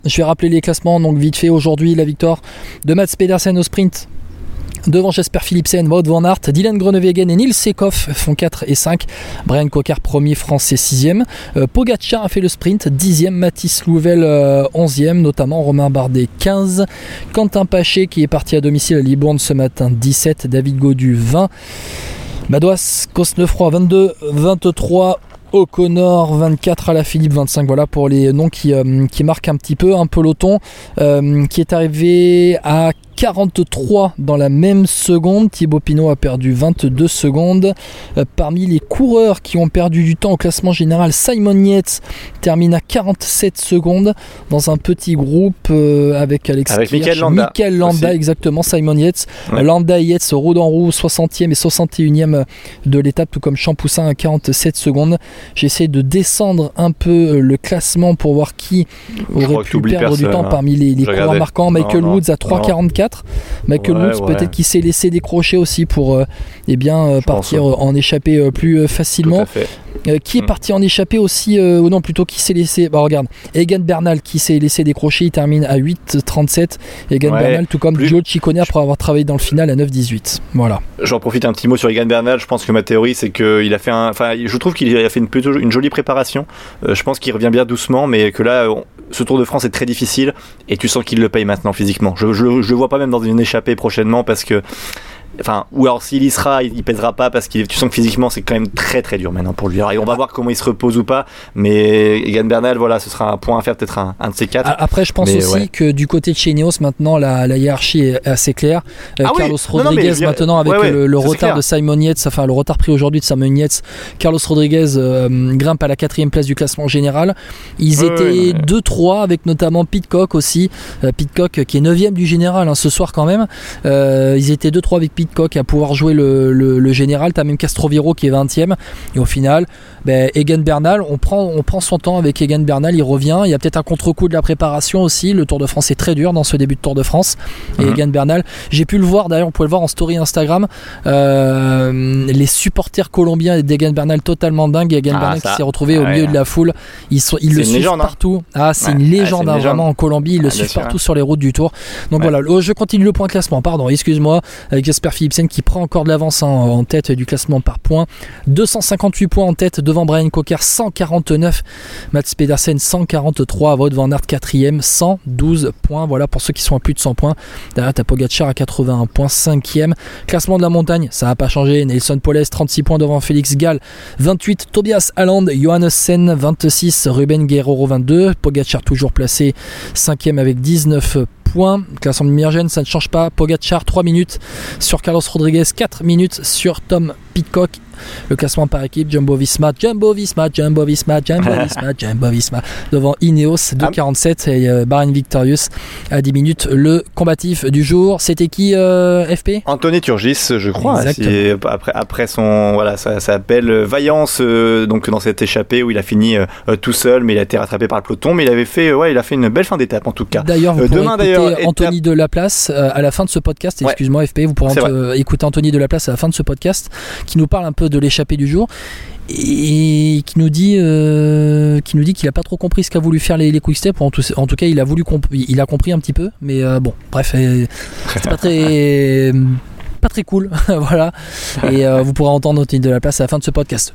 Je vais rappeler les classements, donc vite fait aujourd'hui la victoire de Mats Pedersen au sprint devant Jesper Philipsen, Wout van Aert, Dylan Groenewegen et Niels Seekhoff font 4 et 5. Bryan Coquard premier, français 6e. Pogacar a fait le sprint 10e, Mathis Louvel 11e, notamment Romain Bardet 15. Quentin Paché qui est parti à domicile à Libourne ce matin 17, David Gaudu 20. Madouas, Cosnefroy 22, 23. O'Connor 24, Alaphilippe 25, voilà pour les noms qui marquent un petit peu un peloton qui est arrivé à 43 dans la même seconde. Thibaut Pinot a perdu 22 secondes. Parmi les coureurs qui ont perdu du temps au classement général, Simon Yates termine à 47 secondes dans un petit groupe avec Alex Michael Landa exactement, Simon Yates. Ouais. Landa et Yates roue en roue 60e et 61e de l'étape, tout comme Champoussin à 47 secondes. J'essaie de descendre un peu le classement pour voir qui aurait pu perdre du temps parmi les coureurs marquants. Michael Woods à 3,44. Michael Woods peut-être qu'il s'est laissé décrocher aussi pour partir en échappée plus facilement. Qui est parti en échappée aussi ou non plutôt qui s'est laissé regarde, Egan Bernal qui s'est laissé décrocher, il termine à 8,37. Egan Bernal tout comme Gio Ciccone après avoir travaillé dans le final à 9,18. Voilà. J'en profite un petit mot sur Egan Bernal. Je pense que ma théorie c'est qu'il a fait je trouve qu'il a fait une jolie préparation. Je pense qu'il revient bien doucement, mais que là ce Tour de France est très difficile et tu sens qu'il le paye maintenant physiquement. Je le vois pas même dans une échappée prochainement parce que ou alors s'il y sera, il pèsera pas parce que tu sens que physiquement c'est quand même très très dur maintenant pour lui. Alors, on va voir comment il se repose ou pas, mais Egan Bernal, voilà, ce sera un point à faire, peut-être un de ces quatre. Après, je pense aussi que du côté de chez Ineos, maintenant la hiérarchie est assez claire. Carlos Rodriguez maintenant avec le retard de Simon Yates, le retard pris aujourd'hui de Simon Yates, Carlos Rodriguez grimpe à la 4e place du classement général. Ils étaient 2-3 avec notamment Pidcock aussi, Pidcock qui est 9e du général ce soir quand même. Ils étaient 2-3 avec Pidcock à pouvoir jouer le général. T'as même Castroviro qui est 20e et au final Egan Bernal, on prend son temps avec Egan Bernal, il revient, il y a peut-être un contre-coup de la préparation aussi. Le Tour de France est très dur dans ce début de Tour de France et Egan Bernal, j'ai pu le voir d'ailleurs, on pouvait le voir en story Instagram, les supporters colombiens d'Egan Bernal totalement dingues. Egan Bernal qui s'est retrouvé au milieu de la foule, ils le suivent partout. C'est une légende vraiment en Colombie, ils le suivent partout sur les routes du Tour. Donc voilà, je continue le point classement, excuse-moi, avec Jesper Philipsen qui prend encore de l'avance en tête du classement par points, 258 points en tête devant Bryan Coquard, 149, Mats Pedersen 143, Wout van Aert 4e, 112 points, voilà pour ceux qui sont à plus de 100 points. Derrière t'as Pogacar à 81 points, 5e. Classement de la montagne, ça n'a pas changé, Nelson Poles 36 points devant Félix Gall, 28, Tobias Haaland, Johannes Sen 26, Ruben Guerrero 22, Pogacar toujours placé 5e avec 19 points. Classement de Miergen, ça ne change pas. Pogacar 3 minutes sur Carlos Rodriguez, 4 minutes sur Tom Pidcock. Le classement par équipe, Jumbo Visma devant Ineos 2,47 et Bahrain Victorious à 10 minutes. Le combatif du jour, c'était qui FP? Anthony Turgis, je crois. Après son ça s'appelle Vaillance donc dans cette échappée où il a fini tout seul, mais il a été rattrapé par le peloton, mais il a fait une belle fin d'étape en tout cas. D'ailleurs vous pourrez écouter Anthony Delaplace à la fin de ce podcast. Excuse-moi FP, vous pourrez écouter Anthony Delaplace à la fin de ce podcast qui nous parle un peu de l'échappée du jour et qui nous dit qu'il a pas trop compris ce qu'a voulu faire les Quick Step. En tout cas il a compris un petit peu, mais bref, c'est pas très cool. Voilà, et vous pourrez entendre Anthony Delaplace à la fin de ce podcast.